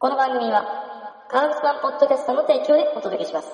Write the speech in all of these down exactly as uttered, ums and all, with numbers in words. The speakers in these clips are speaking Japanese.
この番組はカーブスワンポッドキャストの提供でお届けします。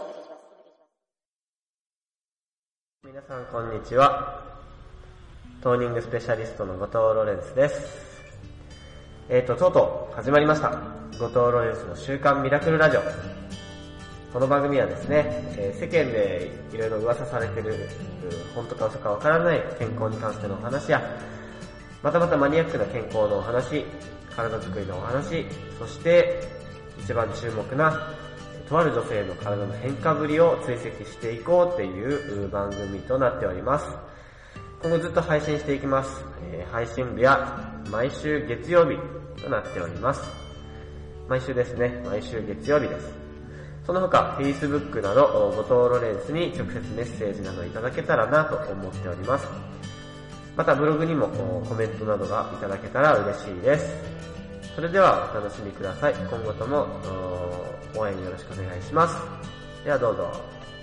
皆さんこんにちは。トーニングスペシャリストの後藤ロレンスです。えーと、とうとう始まりました。後藤ロレンスの週刊ミラクルラジオ。この番組はですね、えー、世間でいろいろ噂されている本当か嘘かわからない健康に関してのお話や、またまたマニアックな健康のお話、体作りのお話、そして一番注目なとある女性の体の変化ぶりを追跡していこうっていう番組となっております。今後ずっと配信していきます。えー、配信日は毎週月曜日となっております。毎週ですね、毎週月曜日です。その他 Facebook など後藤ロレンスに直接メッセージなどいただけたらなと思っております。またブログにもコメントなどがいただけたら嬉しいです。それではお楽しみください。今後とも応援よろしくお願いします。ではどうぞ。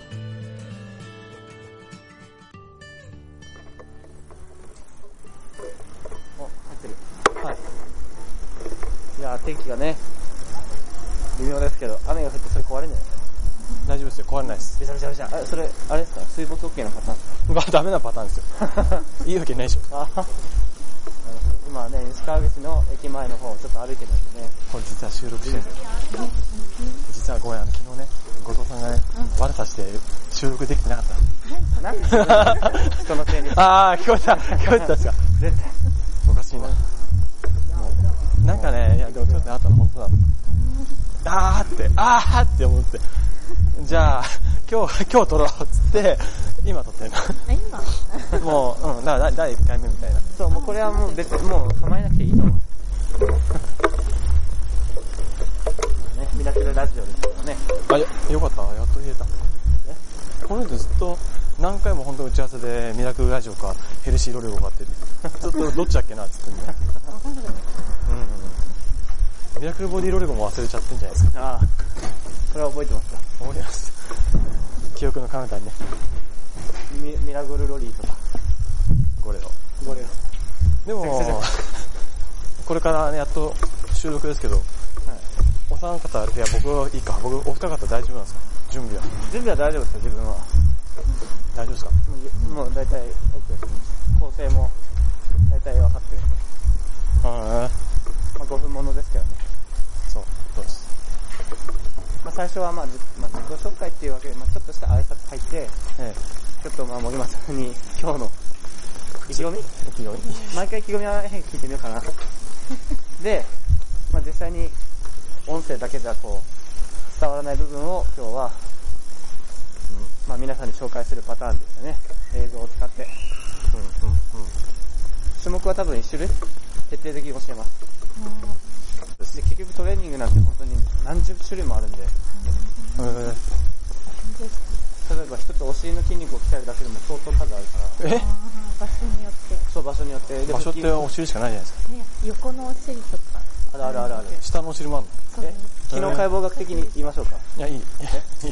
お、入ってる。はい。いやー、天気がね、微妙ですけど、雨が降ってそれ壊れんじゃないですか。 大丈夫ですよ、壊れないです。 びしゃびしゃびしゃ。あ、それ、あれですか、水没 OK のパターンですか。 まあ、ダメなパターンですよ。いいわけないでしょ。 あは今ね、西川口の駅前の方をちょっと歩いてるんでね。 これ実は収録してるんですよ。実はごめん、あの昨日ね、後藤さんがね、悪さして収録できてなかった。 なんでそんな人のせいに。 あー、聞こえた、聞こえてたんですか。 絶対。 おかしいな。なんかね、いやでもちょっとあったの本当なの。あーって、あーって思って。じゃあ、今日、今日撮ろうっつって、今撮ってんの。今もう、うん、だからだいいっかいめみたいな。 そう、もうこれはもう別に、もう構えなくていいと思う。ね、ミラクルラジオですからね。 あ、よ、よかった、やっと言えた。えこの人ずっと何回も本当打ち合わせでミラクルラジオかヘルシーロレゴかってずっとどっちだっけなっつってんね。うんうん。ミラクルボディロレゴも忘れちゃってんじゃないですか。 ああ、それは覚えてますか。 覚えてます。記憶の彼方にね。 ミ, ミラクルロリーとか。 ゴレロ。 ゴレロ。 でも、これからね、やっと収録ですけど、はい、お三方、いや僕いいか、僕お二方大丈夫なんですか？準備は。 準備は大丈夫ですよ、自分は。 大丈夫ですか？ もう、もう大体 OK ですね。構成も大体分かってるんで。 あまあごふんものですけどね。 そう、そうです。 まあ最初はまあ、まあ、自己紹介っていうわけで、まあちょっとした挨拶入って、ええ、ちょっとまあ森松さんに今日の意気込み？意気込み？毎回意気込みは変聞いてみようかな。で、まあ実際に音声だけじゃこう伝わらない部分を今日は、うん、まあ皆さんに紹介するパターンですよね。映像を使って。うんうんうん。種目は多分一種類徹底的に教えます。で結局トレーニングなんて本当に何十種類もあるんで、うん、例えば一つお尻の筋肉を鍛えるだけでも相当数あるから。 え？ 場所によって。 そう、場所によって。 場所ってお尻しかないじゃないですか。 ね、横のお尻とか。 あるあるあるある。 下のお尻もあるの？ え？機能解剖学的に言いましょうか。 いや、いい。いいです。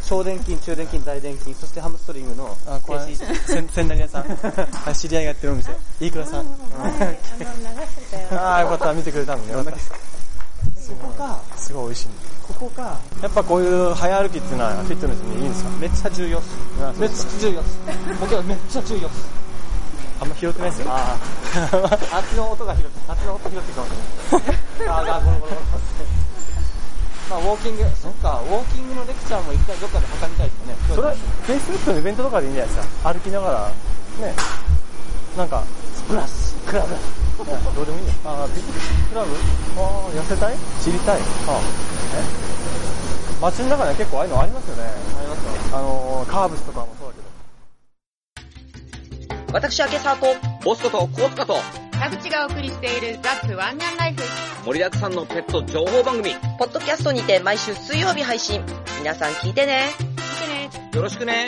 小殿筋、中殿筋、大殿筋、そしてハムストリングの。 あ、これ、千成屋さん。はい、知り合いがやってるお店。飯倉さん。 あの、流してたよ。 ああ、よかった、見てくれたのね。よかった。 ここか。 すごい美味しいんだ。 ここか。 やっぱこういう早歩きっていうのはフィットネスにいいんですか？ めっちゃ重要っす。めっちゃ重要っす。僕はめっちゃ重要っす。 あんま拾ってないですよ。 ああ。あっちの音が拾って、あっちの音拾ってきますね。ああ、ゴロゴロゴロ。まあ、ウォーキング、そっか、ウォーキングのレクチャーも一回どっかで挟みたいですよね。 それ、Facebook のイベントとかでいいんじゃないですか。歩きながら、ね、なんか、 プラス、クラブ。 どうでもいいよ。ああ、ビッグクラブ？ああ、痩せたい？知りたい？ああ。え？街の中には結構ああいうのありますよね。 ありますね。 あのー、カーブスとかもそうだけど。 私、明沢と、ボスコとコーツカと、 田口がお送りしているザ・プワンニャンライフ。 盛りだくさんのペット情報番組。 ポッドキャストにて毎週水曜日配信。皆さん聞いてね。 聞いてね。 よろしくね。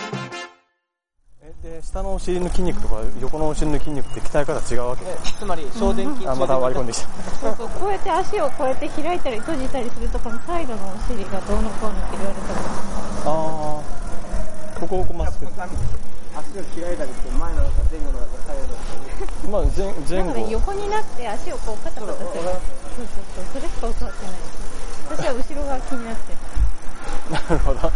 で、下のお尻の筋肉とか横のお尻の筋肉って鍛え方違うわけ？ つまり小殿筋。 あ、また割り込んできた。 そうそう、こうやって足をこうやって開いたり閉じたりするとこのサイドのお尻がどうのこうのって言われたら。 ああ。ここをこうまっすぐ。 足を開いたりして前の中前後の中左右の中。 まあ前前後。 なので横になって足をこうパタパタする。そうそうそう、それしか教わってない。 気になってなるほど。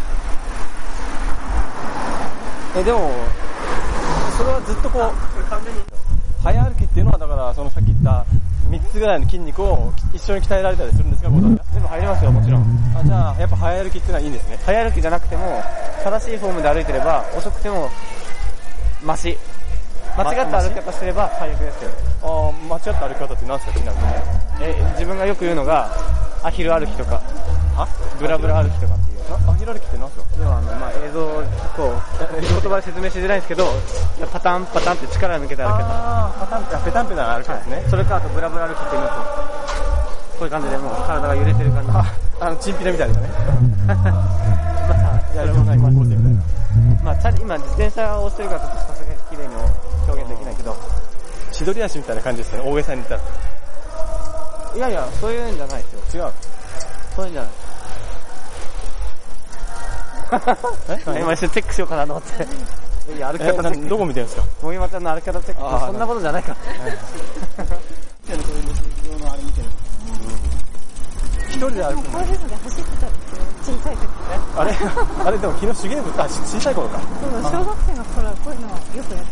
え、でも、それはずっとこう、早歩きっていうのはだから、そのさっき言ったみっつぐらいの筋肉を一緒に鍛えられたりするんですか、こう全部入りますよ、もちろん。 あ、じゃあ、やっぱ早歩きっていうのはいいんですね。 早歩きじゃなくても、正しいフォームで歩いてれば、遅くても、マシ。間違った歩き方してれば最悪ですけど。 あ、間違った歩き方って何ですか、ちなみに。 え、自分がよく言うのが、アヒル歩きとか、 あブラブラ歩きとかっていう。 アヒル歩きって何ですか。 要はあの、まあ、映像、こう、言葉で説明しづらいんですけど、パタンパタンって力抜けた歩き方。 あー、パタンってペタンペタン歩きですね、はい。 それか、あとブラブラ歩きっていうのと、こういう感じでもう体が揺れてる感じ。 あ、あの、チンピラみたいですね。まあ、やりようない高校生みたいな。 まあ、チャリ、今自転車をしてるからちょっとさすがに綺麗に表現できないけど、 千鳥足みたいな感じですね、大げさに言ったら。 いやいや、そういうんじゃないですよ。 違う。 そういうんじゃない。え今一瞬チェックしようかなと思って。いや、歩き方チェック。 どこ見てるんですか。 もぎまちゃんの歩き方チェック。そんなことじゃないから。 一人で歩くの。 こういうので走ってたんですよ、小さい時。 あれあれでも昨日手芸部、あ、小さい頃か。 そう、小学生の頃はこういうのはよくやってます。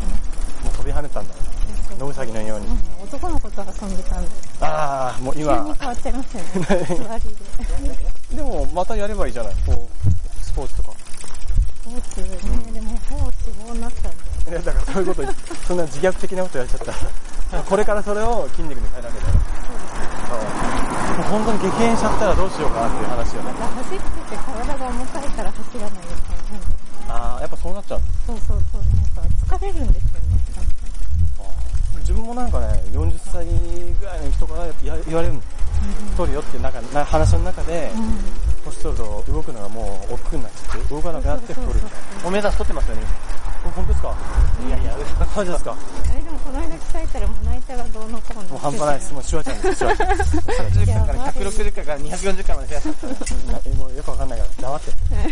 もう飛び跳ねたんだ。野ウサギのように。 うん、男の子と遊んでたんで。 ああ、もう今。 急に変わっちゃいましたよね。座りで。 でも、またやればいいじゃない。こう、スポーツとか。 スポーツね、うん、でも、ほぼ脂肪になったんで。 いや、だからそういうこと、そんな自虐的なことやっちゃったら、これからそれを筋肉に変えなきゃいけない。もう本当に激変しちゃったらどうしようかなっていう話よね。 また走ってて体が重たいから走らないですからね。 ああ、やっぱそうなっちゃう。 そうそうそう、なんか疲れるんですよね。 自分もなんかね、よんじゅっさいぐらいの人から言われるの。太るよっていうなんか話の中で、年取ると動くのがもう億劫になっちゃって、動かなくなって太る。おめえさん太ってますよね。本当ですか。いやいや、マジですか。 あれでもこの間鍛えたら胸板がどうのこうの。 もう半端ないです。もうシュワちゃんです。シュワちゃん。はちじゅっかいからひゃくろくじゅっかいからにひゃくよんじゅっかいまで増やした。 もうよくわかんないから黙って。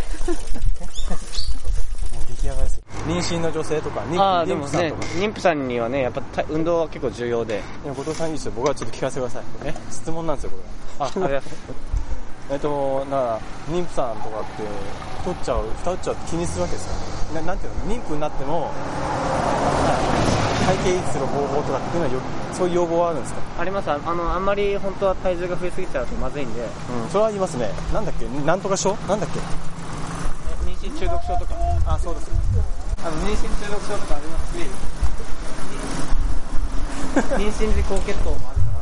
もう出来上がりですよ。妊娠の女性とか、妊婦さんとか。 妊婦さんにはね、やっぱ運動は結構重要で。 いや、後藤さんいいですよ。僕はちょっと聞かせてください。え、質問なんですよ、これ。あ、あれ。えっと、だから、妊婦さんとかって、太っちゃう、太っちゃうって気にするわけですよ。な, なんていうの、妊婦になっても、体型維持する方法とかっていうのはよ、そういう要望はあるんですか。 あります。あの、あんまり本当は体重が増えすぎちゃうとまずいんで。 うん、それは言いますね。なんだっけ、なんとか症なんだっけ。 妊娠中毒症とか。 あ、そうです。 あの、妊娠中毒症とかありますし、妊娠時高血糖もあるから。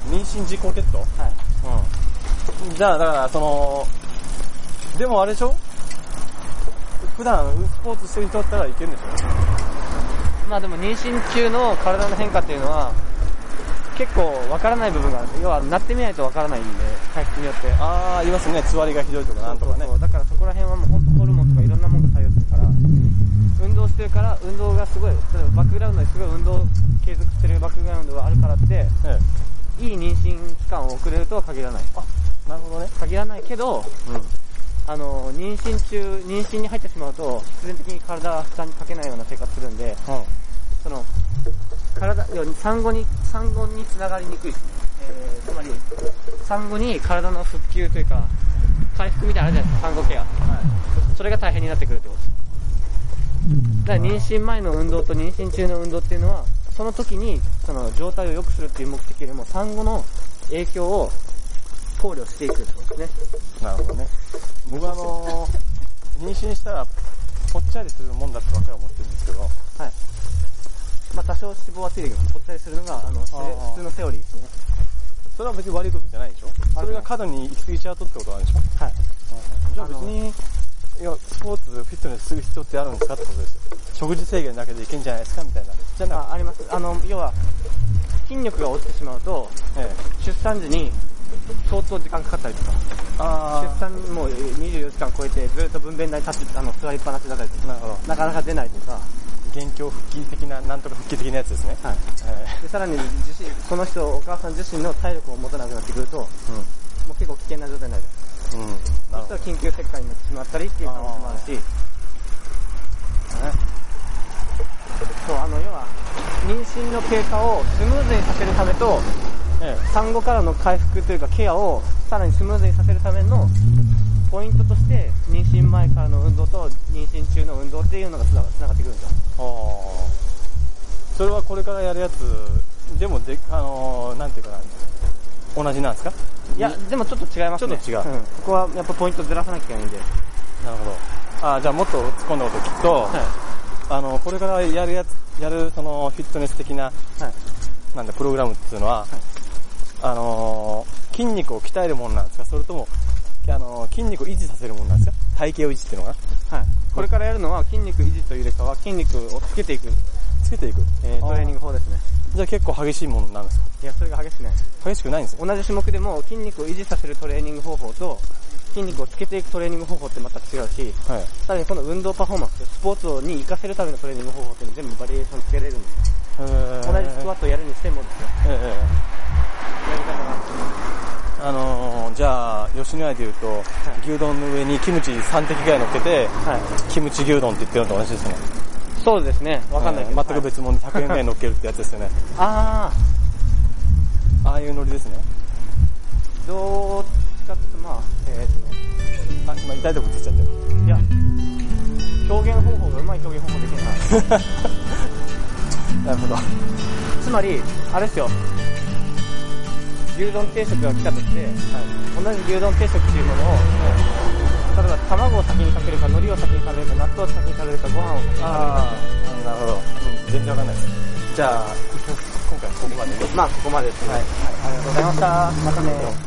妊娠時高血糖。はい。うん。じゃあ、だから、その、でもあれでしょ、普段スポーツしてる人だったらいけるんでしょ。 まあでも妊娠中の体の変化っていうのは結構わからない部分があるんです。要はなってみないとわからないんで、体質によって。 ああ、言いますね。つわりがひどいとかなんとかね。 そうそうそう、だからそこら辺はもう本当ホルモンとかいろんなものが作用するから、運動してるから運動がすごい、例えばバックグラウンドですごい運動継続してるバックグラウンドがあるからって、ええ、いい妊娠期間を送れるとは限らない。 あ、なるほどね。 限らないけど、うん、あの妊娠中妊娠に入ってしまうと必然的に体は負担にかけないような生活するんで、うん、その体産後に産後に繋がりにくいですね。えー、つまり産後に体の復旧というか回復みたいなのあるじゃないですか、産後ケア、はい、それが大変になってくるってことです。だから妊娠前の運動と妊娠中の運動っていうのはその時にその状態を良くするっていう目的よりも産後の影響を考慮していくってことですね。 なるほどね。僕はあのー、妊娠したらぽっちゃりするもんだってばっかり思ってるんですけど、はい。 まあ多少脂肪はついてるけどぽっちゃりするのがあの普通のセオリーですね。 それは別に悪いことじゃないでしょ。それが過度に行き過ぎちゃうとってことなんでしょ。はい。じゃあ別にいやスポーツフィットネスする必要ってあるんですかってことですよ。食事制限だけでいけんじゃないですかみたいな。 じゃあ、あります。あの要は筋力が落ちてしまうと、ええ、出産時に相当時間かかったりとか、あ出産もうにじゅうよじかん超えてずっと分娩台に立ってあの座りっぱなしだったりとか、なるほど、なかなか出ないとか、 元凶復帰的な、なんとか復帰的なやつですね。はい。 えー、でさらに自身、その人、お母さん自身の体力を持たなくなってくると、うん、もう結構危険な状態になる。うん。なるほど。そしたら緊急切開になってしまったりっていう可能性もあるし、そう、あの、要は、妊娠の経過をスムーズにさせるためと、ええ、産後からの回復というかケアをさらにスムーズにさせるためのポイントとして妊娠前からの運動と妊娠中の運動っていうのがつながってくるんですよ。 あそれはこれからやるやつでもで、あのー、なんていうかな、同じなんですか？ いや、でもちょっと違いますね。 ちょっと違う。 うん、ここはやっぱポイントずらさなきゃいけないんで。 なるほど。あじゃあもっと突っ込んだこと聞くと、はい、あの、これからやるやつ、やるそのフィットネス的な、はい、なんだ、プログラムっていうのは、はい、あのー、筋肉を鍛えるものなんですか？それとも、あのー、筋肉を維持させるものなんですか？体型を維持っていうのが。はい。これからやるのは筋肉維持というよりかは筋肉をつけていく。つけていく、 えー、トレーニング法ですね。 じゃあ結構激しいものなんですか？ いや、それが激しくない。 激しくないんですよ。 同じ種目でも筋肉を維持させるトレーニング方法と筋肉をつけていくトレーニング方法って全く違うし、はい、さらにこの運動パフォーマンス、スポーツに活かせるためのトレーニング方法っていうの全部バリエーションつけれるんです。同じスクワットをやるにしてもですよ。えー、やり方が。あのー、じゃあ、吉野家で言うと、はい、牛丼の上にキムチさん滴ぐらい乗っけて、はい、キムチ牛丼って言ってるのと同じですね。 そうですね。わかんないけど。 全く別物にひゃくえんぐらい乗っけるってやつですよね。 ああ。ああいうノリですね。 どう使って、まあ、えーっとね。 あ、今痛いとこついちゃってる。 いや、表現方法がうまい表現方法できない。 なるほど。 つまり、あれですよ。牛丼定食が来たとして、はい、同じ牛丼定食っていうものを、はい、例えば卵を先にかけるか、海苔を先に食べるか、納豆を先に食べるか、ご飯を先に食べるか。ああ、なるほど。うん、全然わかんないです。じゃあ、今回ここまでね。 まあ、ここまでですね。はい。ありがとうございました。またね。